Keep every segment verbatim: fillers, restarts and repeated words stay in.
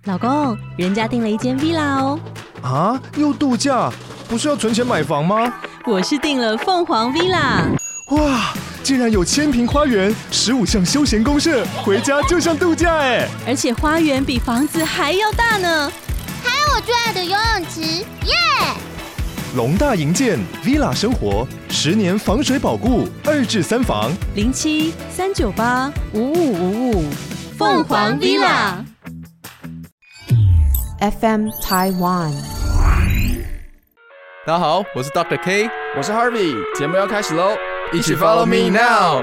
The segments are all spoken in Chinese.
老公，人家订了一间 villa 哦。 啊，又度假？不是要存钱买房吗？ 我是订了凤凰 villa。 哇，竟然有千坪花园，十五项休闲公设，回家就像度假哎！ 而且花园比房子还要大呢。 还有我最爱的游泳池，耶！ 龙大营建 villa 生活，十年防水保固，二至三房， 零七三九八五五五五，凤凰 villa。 F M Taiwan。 大家好，我是 Doctor K， 我是 Harvey， 节目要开始喽， 一起 Follow me now。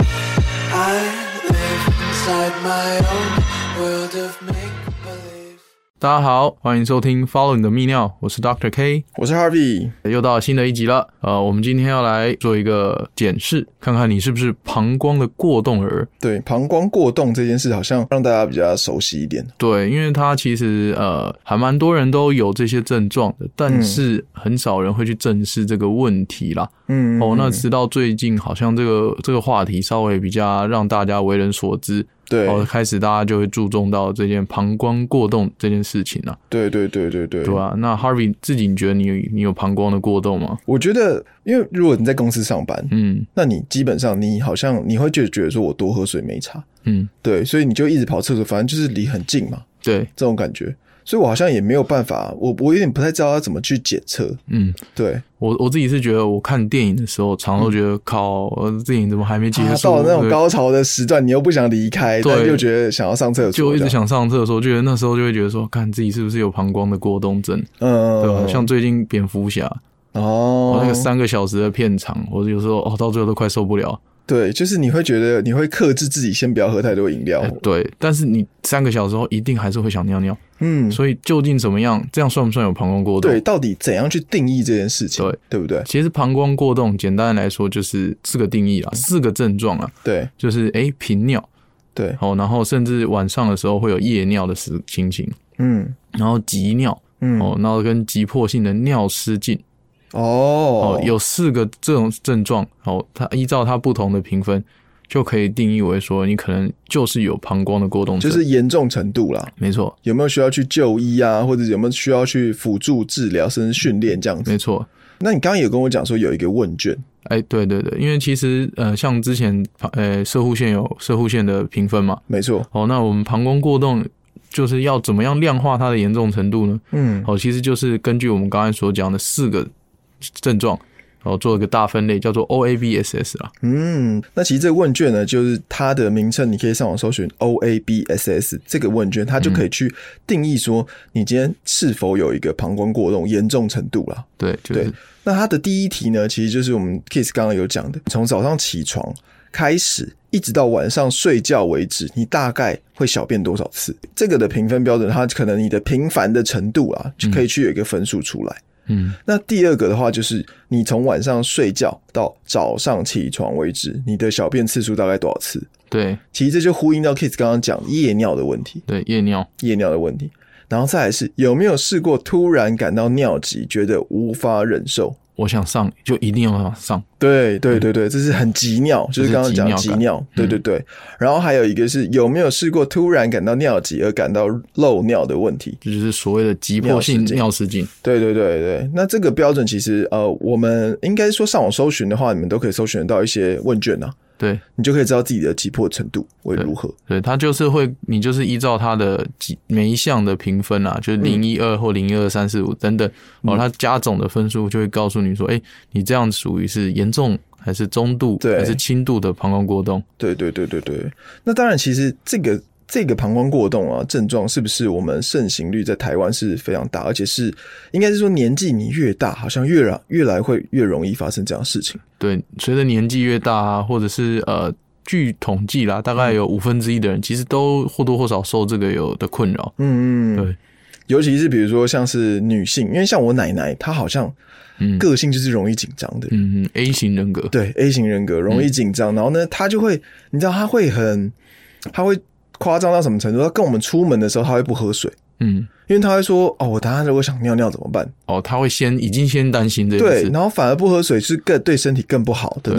I live inside my own world of make-believe。 大家好，欢迎收听 Follow 你的泌尿，我是 Doctor K， 我是 Harvey， 又到新的一集了。呃，我们今天要来做一个检视，看看你是不是膀胱的过动儿。 对，膀胱过动这件事好像让大家比较熟悉一点。 对，因为它其实呃还蛮多人都有这些症状的，但是很少人会去正视这个问题啦。嗯，哦，那直到最近好像这个这个话题稍微比较让大家为人所知。 对， 哦，开始大家就会注重到这件膀胱过动这件事情了。 对对对对对， 对啊。那 Harvey 自己，你觉得你有你有膀胱的过动吗？ 我觉得，因为如果你在公司上班， 嗯， 那你基本上你好像你会就觉得说我多喝水没差，嗯，对，所以你就一直跑厕所，反正就是离很近嘛， 对， 这种感觉。所以我好像也没有办法，我我有点不太知道要怎么去检测。嗯，对， 我我自己是觉得，我看电影的时候，常常都觉得，嗯、靠，电影怎么还没结束？啊、 到了那种高潮的时段，你又不想离开，但又觉得想要上厕所， 就一直想上厕所，觉得那时候就会觉得说，看自己是不是有膀胱的过动症？嗯，对吧？像最近蝙蝠侠哦，那个三个小时的片长，我有时候哦，到最后都快受不了。 对，就是你会觉得你会克制自己，先不要喝太多饮料、欸。 对，但是你三个小时后一定还是会想尿尿。嗯，所以究竟怎么样？这样算不算有膀胱过动？ 对，到底怎样去定义这件事情？对，对不对？ 其实膀胱过动，简单的来说就是四个定义啦，四个症状啦。 对， 就是诶频尿， 对， 哦，然后甚至晚上的时候会有夜尿的情形，嗯，然后急尿，嗯，哦，然后跟急迫性的尿失禁。哦, 哦，有四个这种症状，哦，它依照它不同的评分，就可以定义为说你可能就是有膀胱的过动症， 就是严重程度啦。 没错， 有没有需要去就医啊，或者有没有需要去辅助治疗，甚至训练这样子？ 没错。 那你刚刚有跟我讲说有一个问卷， 哎，对对对，因为其实呃，像之前呃射护线有射护线的评分嘛， 没错。 哦，那我们膀胱过动就是要怎么样量化它的严重程度呢？嗯，哦，其实就是根据我们刚才所讲的四个症状，然后做一个大分类，叫做 O A B S S 啦。 嗯，那其实这个问卷呢，就是它的名称，你可以上网搜寻 O A B S S 这个问卷，它就可以去定义说你今天是否有一个膀胱过动严重程度啦。 对，就是、 对。那它的第一题呢，其实就是我们 Kiss 刚刚有讲的，从早上起床开始，一直到晚上睡觉为止，你大概会小便多少次？这个的评分标准，它可能你的频繁的程度啊，就可以去有一个分数出来。嗯，那第二个的话就是你从晚上睡觉到早上起床为止，你的小便次数大概多少次？ 对， 其实这就呼应到 Kiss 刚刚讲夜尿的问题。 对，夜尿， 夜尿的问题。然后再来是有没有试过突然感到尿急，觉得无法忍受？ 我想上就一定要上。 对对对对，这是很急尿，就是刚刚讲急尿。对对对。然后还有一个是有没有试过突然感到尿急而感到漏尿的问题， 这就是所谓的急迫性尿失禁。 对对对对，那这个标准其实呃，我们应该说上网搜寻的话，你们都可以搜寻得到一些问卷啊。 对， 你就可以知道自己的急迫程度为如何。 对，它就是会，你就是依照它的每一项的评分啊，就是零一二或零一二三四五等等，哦，它加总的分数就会告诉你说，哎、欸，你这样属于是严重还是中度还是轻度的膀胱过动？ 对对对对对。那当然，其实这个。这个膀胱过动啊症状是不是我们盛行率在台湾是非常大，而且是应该是说年纪你越大，好像越来越来会越容易发生这样的事情。 对，随着年纪越大啊，或者是呃，据统计啦，大概有五分之一的人其实都或多或少受这个有的困扰。嗯嗯，对， 尤其是比如说像是女性，因为像我奶奶，她好像个性就是容易紧张的。 嗯嗯 ，A 型人格， 对 A 型人格容易紧张、嗯，然后呢，她就会，你知道，她会很，她会。夸张到什么程度？他跟我们出门的时候，他会不喝水，嗯，因为他会说：“哦，我等下如果想尿尿怎么办？” 哦，他会先已经先担心这件事， 对，然后反而不喝水是更对身体更不好的那种。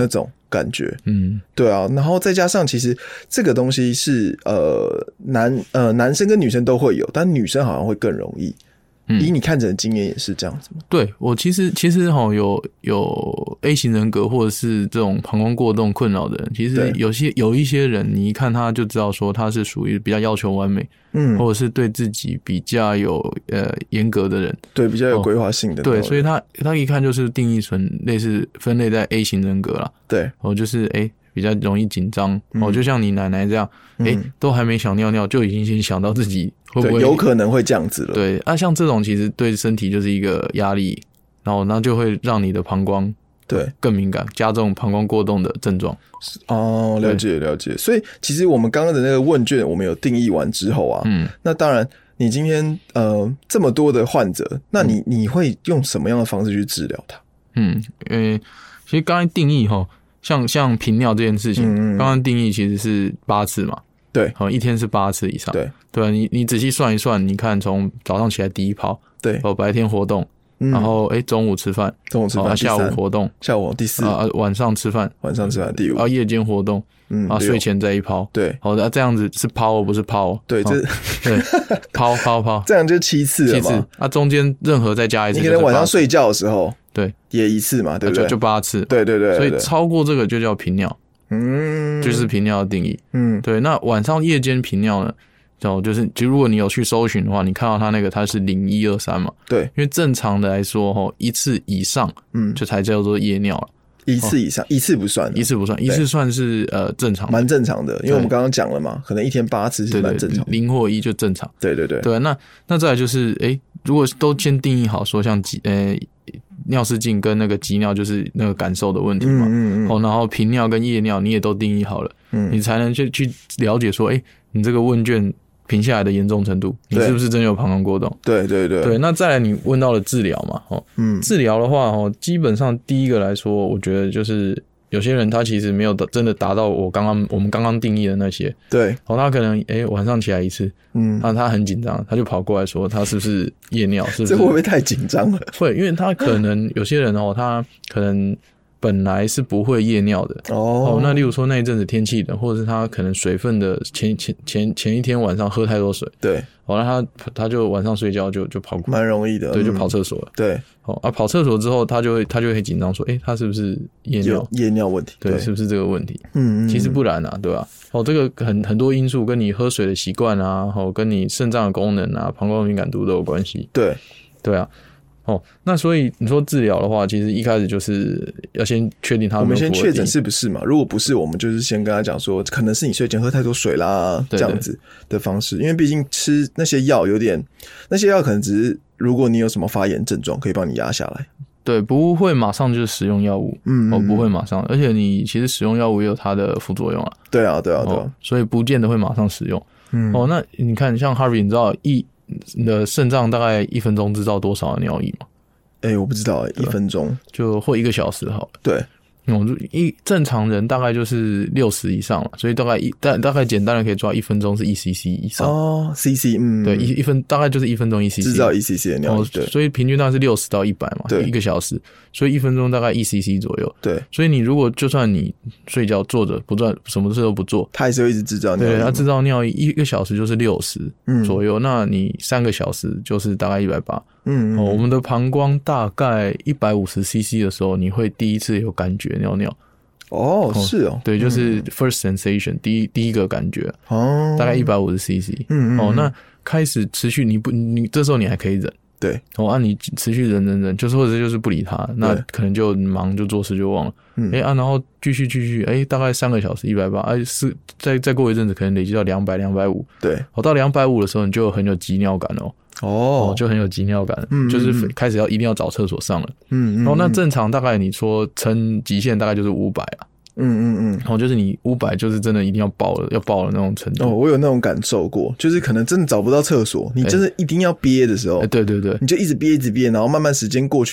感觉。 嗯， 对啊，然后再加上其实这个东西是呃男呃男生跟女生都会有，但女生好像会更容易。嗯、以你看诊的经验也是这样子吗？ 对，我其实其实哈有有 A 型人格或者是这种膀胱过动困扰的人，其实有些有一些人，你一看他就知道说他是属于比较要求完美，嗯，或者是对自己比较有呃严格的人， 对，比较有规划性的、哦， 对，所以他他一看就是定义成类似分类在 A 型人格啦， 对， 哦，就是哎、欸、比较容易紧张，嗯、哦，就像你奶奶这样，哎、欸嗯，都还没想尿尿就已经先想到自己。会不会有可能会这样子了？ 对啊，像这种其实对身体就是一个压力，然后那就会让你的膀胱对更敏感，加重膀胱过动的症状。 哦，了解了解。所以其实我们刚刚的那个问卷，我们有定义完之后啊，嗯，那当然你今天呃这么多的患者，那你你会用什么样的方式去治疗它？ 嗯，因为其实刚才定义哈，像像频尿这件事情，刚刚、嗯、定义其实是八次嘛。 对， 好，一天是八次以上。 对， 对啊，你你仔细算一算，你看从早上起来第一泡， 对， 哦，白天活动，嗯、然后哎、欸、中午吃饭， 中午吃饭， 下午活动， 下午第四啊，晚上吃饭， 晚上吃饭第五， 啊，夜间活动，嗯，啊，睡前再一泡， 对， 好的、啊，这样子是泡不是泡， 对，这对泡泡泡， 这样就七次了嘛， 七次，啊，中间任何再加一次， 你可能晚上睡觉的时候， 对， 也一次嘛，对不对？ 就就八次， 对对 对, 对， 所以超过这个就叫频尿。嗯，就是频尿的定义。嗯，对。那晚上夜间频尿呢？哦，就是，就如果你有去搜寻的话，你看到它那个它是零一二三嘛。 对， 因为正常的来说，哈，一次以上，嗯，就才叫做夜尿了。 一次以上，一次不算， 一次不算，一次算是呃正常， 蛮正常的。因为我们刚刚讲了嘛，可能一天八次是蛮正常的， 零或一就正常。 对对对， 对。那那再来就是，哎、欸，如果都先定义好，说像几呃。尿失禁跟那个急尿就是那个感受的问题嘛，嗯嗯嗯，哦，然后频尿跟夜尿你也都定义好了，嗯，你才能去去了解说，哎、欸，你这个问卷评下来的严重程度，你是不是真有膀胱过动？ 对对对对。那再来你问到了治疗嘛，哦，嗯，治疗的话，哦，基本上第一个来说，我觉得就是有些人他其实没有真的达到我刚刚我们刚刚定义的那些， 对， 哦，他可能哎、欸、晚上起来一次，嗯，那他很紧张，他就跑过来说他是不是夜尿，是不是？ 这会不会太紧张了？ 会，因为他可能有些人哦，他可能本来是不会夜尿的哦, 哦。那例如说那一阵子天气冷，或者是他可能水分的前前前前一天晚上喝太多水， 对， 哦，那他他就晚上睡觉就就跑过， 蛮容易的， 对，就跑厕所了， 嗯、对。 哦啊，跑厕所之后，他就会他就会紧张说，哎、欸，他是不是夜尿？ 夜尿问题， 对，对，是不是这个问题？嗯, 嗯，其实不然啊，对吧？哦，这个很很多因素跟你喝水的习惯啊，哦，跟你肾脏的功能啊，膀胱敏感度都有关系。 对， 对啊。哦，那所以你说治疗的话，其实一开始就是要先确定他有没有， 我们先确诊是不是嘛？如果不是，我们就是先跟他讲说，可能是你睡前喝太多水啦，这样子的方式。因为毕竟吃那些药有点，那些药可能只是如果你有什么发炎症状，可以帮你压下来。 对，不会马上就是使用药物，嗯, 嗯，哦，不会马上，而且你其实使用药物也有它的副作用啊。 对啊，对啊，对啊， 哦、所以不见得会马上使用。嗯，哦，那你看，像 Harvey， 你知道一你的肾脏大概一分钟制造多少的尿液吗？ 哎、欸，我不知道、欸，一分钟就或一个小时好了。 对， 嗯，一正常人大概就是六十以上了，所以大概一大大概简单的可以抓一分钟是一 C C 以上哦 ，C C， 嗯， 对，一一分大概就是一分钟一 C C， 制造一 C C 的尿液、哦， 所以平均大概是六十到一百嘛，对，一个小时，所以一分钟大概一 C C 左右， 对， 所以你如果就算你睡觉坐着不做什么事都不做， 它还是会一直制造尿液， 对，它制造尿液一个小时就是六十左右、嗯，那你三个小时就是大概一百八十。嗯, 嗯、哦，我们的膀胱大概一百五十 C C 的时候，你会第一次有感觉尿尿。 哦，是哦， 对，就是 first sensation，、嗯、第一第一个感觉，哦，大概一百五十 C C。嗯, 嗯哦，那开始持续，你不，你这时候你还可以忍， 对， 哦，啊，你持续忍忍忍，就是或者就是不理他，那可能就忙就做事就忘了，嗯，哎、欸、啊，然后继续继续，哎、欸，大概三个小时一百八，哎，是再再过一阵子，可能累积到两百、两百五， 对， 哦，到两百五的时候，你就很有急尿感哦。哦，就很有急尿感，嗯，就是开始要一定要找厕所上了，嗯，然后那正常大概你说撑极限大概就是五百啊，嗯嗯嗯，然后就是你五百就是真的一定要爆了，要爆了那种程度。 哦，我有那种感受过，就是可能真的找不到厕所，你真的一定要憋的时候， 欸、对对对， 你就一直憋一直憋，然后慢慢时间过去，你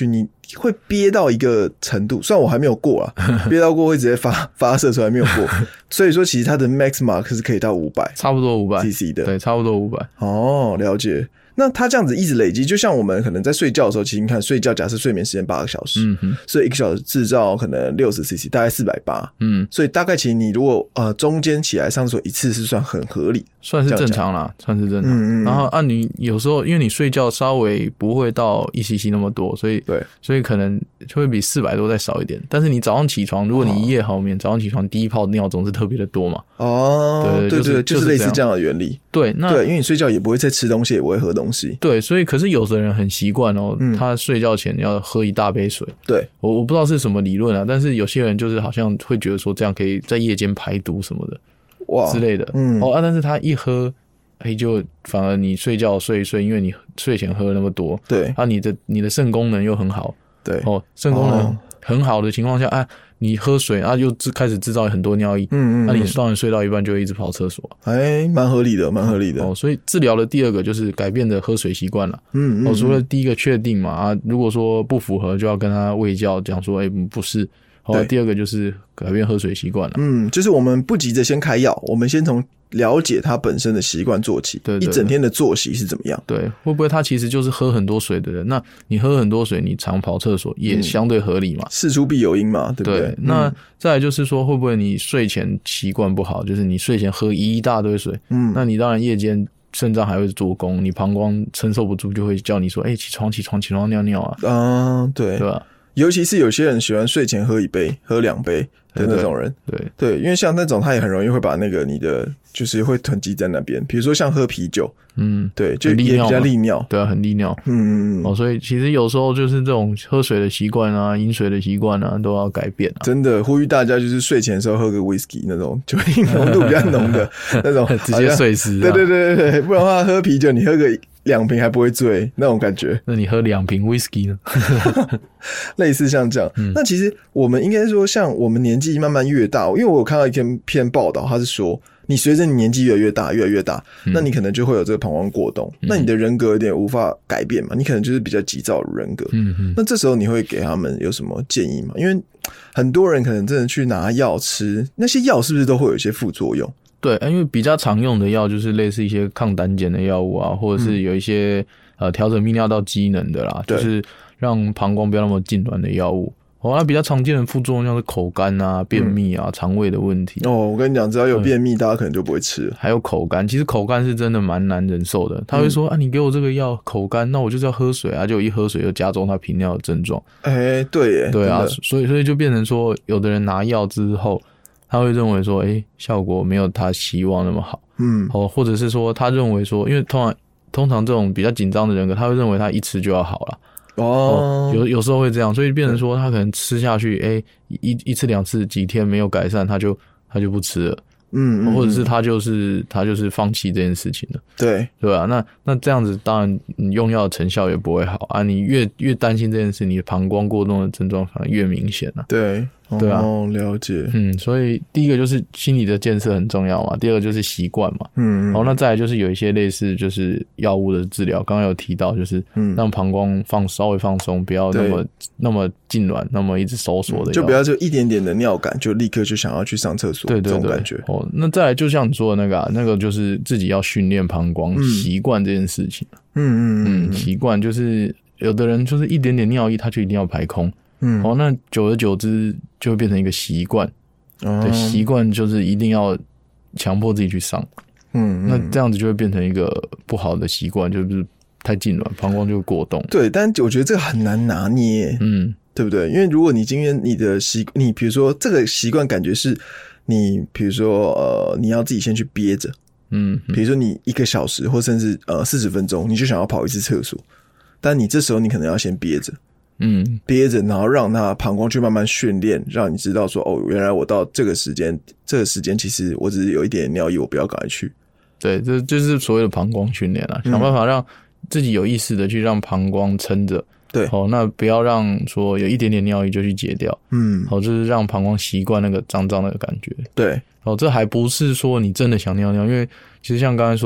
会憋到一个程度，虽然我还没有过啊，憋到过会直接发发射出来，没有过。所以说，其实它的 max mark 是可以到五百， 差不多五百 C C 的， 对，差不多五百。 哦，了解。那它这样子一直累积，就像我们可能在睡觉的时候，其实你看睡觉，假设睡眠时间八个小时，嗯哼，所以一个小时制造可能六十 C C， 大概四百八，嗯，所以大概其实你如果呃中间起来上厕所一次是算很合理， 算是正常啦，算是正常。嗯嗯。然后啊，你有时候因为你睡觉稍微不会到一 C C 那么多，所以对，所以可能就会比四百多再少一点。但是你早上起床，如果你一夜好眠，早上起床第一泡尿总是特别的多嘛。 哦，对对对，就是类似这样的原理。 对，那对，因为你睡觉也不会再吃东西，也不会喝东西。 对，所以可是有的人很习惯哦，嗯、他睡觉前要喝一大杯水。对，我我不知道是什么理论啊，但是有些人就是好像会觉得说这样可以在夜间排毒什么的，哇之类的。嗯，哦啊，但是他一喝，哎，就反而你睡觉睡一睡，因为你睡前喝了那么多，对，啊，你的你的肾功能又很好，对，哦，肾功能很好的情况下，啊。你喝水啊，又开始制造很多尿液，嗯嗯，那、啊、你当然睡到一半就会一直跑厕所， 哎，蛮合理的，蛮合理的。 哦，所以治疗的第二个就是改变的喝水习惯了，嗯嗯。哦，除了第一个确定嘛，啊，如果说不符合，就要跟他卫教讲说，哎，不是。哦，第二个就是改变喝水习惯了， 嗯，就是我们不急着先开药，我们先从了解他本身的习惯做起，对，一整天的作息是怎么样？ 对，会不会他其实就是喝很多水的人？那你喝很多水，你常跑厕所也相对合理嘛？ 事出必有因嘛，对不对？ 对，那再来就是说，会不会你睡前习惯不好？就是你睡前喝一大堆水，嗯，那你当然夜间肾脏还会做工，你膀胱承受不住，就会叫你说：“哎、欸，起床，起床，起床，尿尿啊！” 嗯，对， 对吧？ 尤其是有些人喜欢睡前喝一杯、喝两杯的那种人，对 对, 对，因为像那种他也很容易会把那个你的就是会囤积在那边，比如说像喝啤酒，嗯，对，就也比较利尿， 对啊，很利尿，嗯嗯嗯，哦，所以其实有时候就是这种喝水的习惯啊、饮水的习惯啊，都要改变啊。 真的呼吁大家，就是睡前的时候喝个 whisky 那种酒精浓度比较浓的那种， 直接睡死、啊。 对对对对对，不然的话喝啤酒你喝个两瓶还不会醉那种感觉。 那你喝两瓶 whisky 呢？ 类似像这样、嗯。那其实我们应该说，像我们年纪慢慢越大，因为我有看到一篇篇报道，他是说，你随着你年纪越来越大，越来越大，嗯、那你可能就会有这个膀胱过动、嗯，那你的人格有点无法改变嘛，你可能就是比较急躁的人格。嗯嗯。那这时候你会给他们有什么建议吗？因为很多人可能真的去拿药吃，那些药是不是都会有一些副作用？ 对，因为比较常用的药就是类似一些抗胆碱的药物啊，或者是有一些、嗯、呃调整泌尿道机能的啦，就是让膀胱不要那么痉挛的药物。哦，那比较常见的副作用像是口干啊、便秘啊、肠、嗯、胃的问题。 哦，我跟你讲，只要有便秘，大家可能就不会吃了。 还有口干，其实口干是真的蛮难忍受的。他会说、嗯、啊，你给我这个药口干，那我就是要喝水啊，就一喝水就加重他频尿的症状。 哎、欸，对耶， 对啊，所以所以就变成说，有的人拿药之后。他会认为说，哎、欸，效果没有他希望那么好，嗯，哦，或者是说，他认为说，因为通常通常这种比较紧张的人格，他会认为他一吃就要好了，哦，哦有有时候会这样，所以变成说，他可能吃下去，哎、欸，一一次两次几天没有改善，他就他就不吃了，嗯，或者是他就是他就是放弃这件事情了，对，对吧？那那这样子，当然你用药的成效也不会好啊，你越越担心这件事，你的膀胱过动的症状反而越明显了， 对。 对啊， 哦，了解。 嗯，所以第一个就是心理的建设很重要嘛，第二个就是习惯嘛。嗯，然后那再来就是有一些类似就是药物的治疗，刚刚有提到就是让膀胱放稍微放松，不要那么那么痉挛，那么一直收缩的药、嗯， 就不要就一点点的尿感就立刻就想要去上厕所，对对对，这种感觉。 哦，那再来就像你说的那个、啊，那个就是自己要训练膀胱习惯这件事情。嗯嗯嗯，习惯就是有的人就是一点点尿液他就一定要排空。嗯，哦，那久而久之就会变成一个习惯，哦、对，习惯就是一定要强迫自己去上，嗯，那这样子就会变成一个不好的习惯，就是太痉挛，膀胱就过动。 对，但我觉得这个很难拿捏，嗯，对不对？因为如果你今天你的习，你比如说这个习惯感觉是你，比如说呃，你要自己先去憋着，嗯，比如说你一个小时或甚至呃四十分钟，你就想要跑一次厕所，但你这时候你可能要先憋着。嗯，憋着，然后让他膀胱去慢慢训练，让你知道说，哦，原来我到这个时间，这个时间其实我只是有一点尿意，我不要赶快去。 对，这就是所谓的膀胱训练啦，想办法让自己有意识的去让膀胱撑着。对，哦，那不要让说有一点点尿意就去解掉。嗯，好，就是让膀胱习惯那个脏脏的感觉。对，哦，这还不是说你真的想尿尿，因为其实像刚才说的，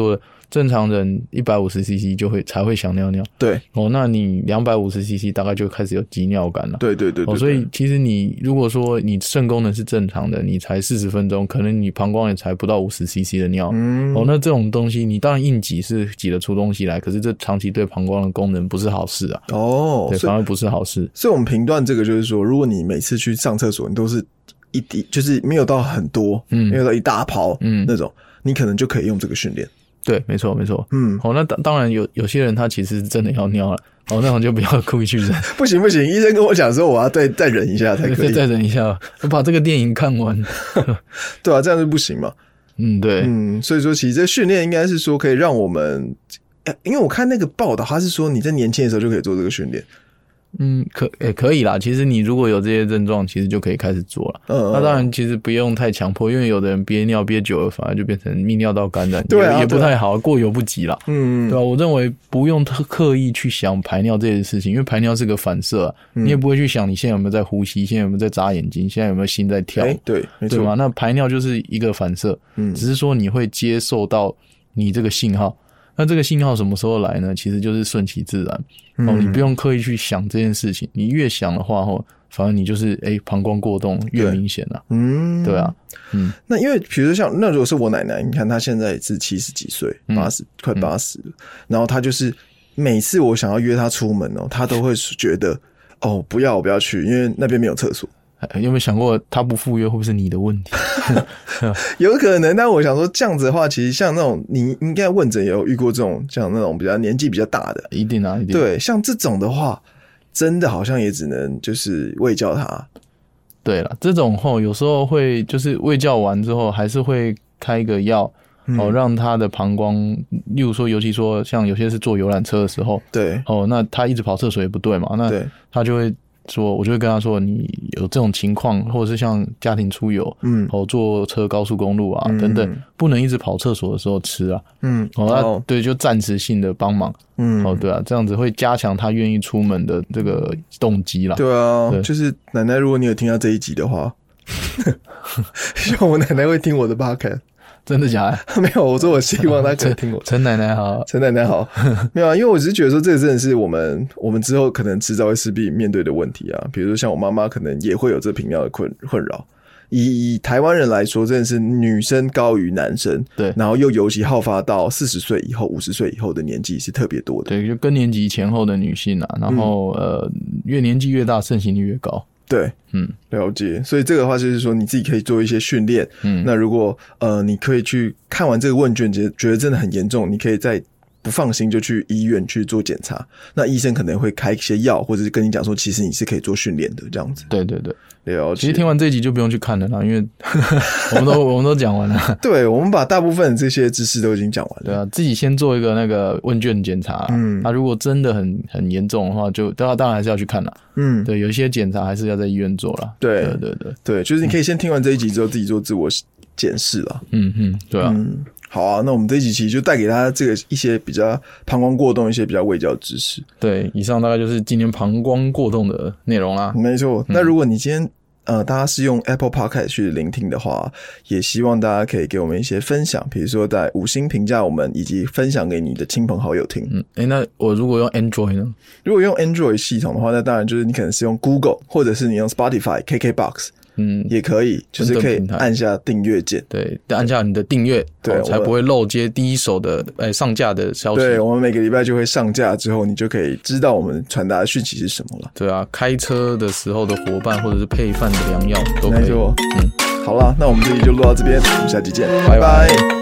正常人一百五十 C C 就会才会想尿尿， 对哦，那你两百五十 C C 大概就开始有急尿感了， 对对对对对， 哦，所以其实你如果说你肾功能是正常的，你才四十分钟，可能你膀胱也才不到五十 C C 的尿，嗯，哦，那这种东西你当然硬挤是挤得出东西来，可是这长期对膀胱的功能不是好事啊， 哦， 对，反而不是好事。 所以我们评断这个就是说，如果你每次去上厕所，你都是一滴，就是没有到很多，嗯，没有到一大泡，嗯，那种，你可能就可以用这个训练。 对，没错，没错。嗯，好，那当然有有些人他其实是真的要尿了，哦，那种就不要故意去忍。 不行不行，医生跟我讲说我要再再忍一下才可以， 再忍一下，我把这个电影看完。 对啊，这样就不行嘛。 嗯，对， 嗯，所以说其实这训练应该是说可以让我们，因为我看那个报道，他是说你在年轻的时候就可以做这个训练。 嗯，可也、欸、可以啦。其实你如果有这些症状，其实就可以开始做了。嗯，那当然，其实不用太强迫，因为有的人憋尿憋久了，反而就变成泌尿道感染， 对啊， 也, 也不太好，过犹不及啦。嗯，对吧、啊？我认为不用刻意去想排尿这件事情，因为排尿是个反射、啊嗯，你也不会去想你现在有没有在呼吸，现在有没有在眨眼睛，现在有没有心在跳， 欸、对，没错， 对吗？那排尿就是一个反射，嗯，只是说你会接受到你这个信号。那这个信号什么时候来呢？其实就是顺其自然、嗯、哦，你不用刻意去想这件事情，你越想的话哦，反而你就是哎、欸、膀胱过动越明显了。嗯，对啊，嗯， 那因为比如说像那如果是我奶奶，你看她现在也是七十几岁，八十快八十了、嗯，然后她就是每次我想要约她出门哦，她都会觉得哦不要我不要去，因为那边没有厕所。 有没有想过他不赴约会不会是你的问题？ 有可能，但我想说这样子的话，其实像那种你应该问诊也有遇过这种像那种比较年纪比较大的， 一定啊，一定。 对，像这种的话，真的好像也只能就是卫教他。 对啦，这种后有时候会就是卫教完之后，还是会开一个药。哦，让他的膀胱，例如说，尤其说像有些是坐游览车的时候， 对， 哦，那他一直跑厕所也不对嘛，那他就会说，我就会跟他说，你有这种情况，或者是像家庭出游，嗯，哦，坐车高速公路啊、嗯、等等，不能一直跑厕所的时候吃啊，嗯，哦，那对，就暂时性的帮忙，嗯，哦，对啊，这样子会加强他愿意出门的这个动机啦。 对啊，对，就是奶奶，如果你有听到这一集的话，希望我奶奶会听我的 podcast。 真的假的？ 没有，我说我希望他可以听我。 陈奶奶好， 陈奶奶好。没有啊，因为我只是觉得说，这个真的是我们我们之后可能迟早会势必面对的问题啊。比如说像我妈妈，可能也会有这频尿的困困扰。以以台湾人来说，真的是女生高于男生，对，然后又尤其好发到四十岁以后、五十岁以后的年纪是特别多的。 对，就更年期前后的女性啊，然后、嗯、呃，越年纪越大，盛行率越高。 对，嗯，了解。所以这个的话就是说，你自己可以做一些训练。嗯，那如果呃，你可以去看完这个问卷，觉觉得真的很严重，你可以再不放心就去医院去做检查。那医生可能会开一些药，或者是跟你讲说，其实你是可以做训练的，这样子。 对对对。 了解。 其实听完这一集就不用去看了啦，因为我们都我们都讲完了。 对，我们把大部分这些知识都已经讲完了。 对啊，自己先做一个那个问卷检查。嗯，那、啊、如果真的很很严重的话，就当然当然还是要去看啦。嗯，对，有一些检查还是要在医院做啦。 对对对对对，就是你可以先听完这一集之后，自己做自我检视啦。 嗯嗯，对啊。嗯， 好啊，那我们这一集其实就带给大家这个一些比较膀胱过动一些比较卫教知识。 对，以上大概就是今天膀胱过动的内容啦。 没错，那如果你今天呃，大家是用 Apple Podcast 去聆听的话，也希望大家可以给我们一些分享，比如说在五星评价我们，以及分享给你的亲朋好友听。 嗯，诶、欸，那我如果用 Android 呢？ 如果用 Android 系统的话，那当然就是你可能是用 Google， 或者是你用 Spotify、K K Box。嗯，也可以，就是可以按下订阅键， 对，按下你的订阅，对、哦，才不会漏接第一手的诶、欸、上架的消息。 对，我们每个礼拜就会上架之后，你就可以知道我们传达的讯息是什么了。 对啊，开车的时候的伙伴或者是配饭的良药都可以。 没错，嗯，好啦，那我们这集就录到这边，我们下期见， 拜拜。